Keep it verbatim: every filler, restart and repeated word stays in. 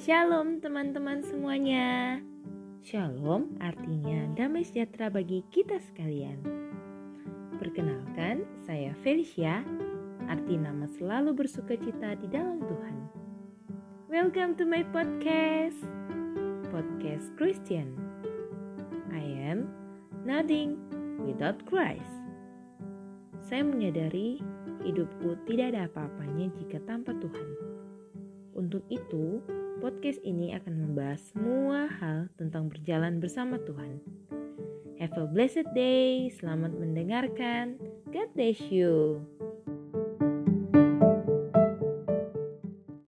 Shalom teman-teman semuanya. Shalom artinya damai sejahtera bagi kita sekalian. Perkenalkan, saya Felicia, arti nama selalu bersuka cita di dalam Tuhan. Welcome to my podcast, Podcast Christian. I am nothing without Christ. Saya menyadari hidupku tidak ada apa-apanya jika tanpa Tuhan. Untuk itu, podcast ini akan membahas semua hal tentang berjalan bersama Tuhan. Have a blessed day, selamat mendengarkan. God bless you.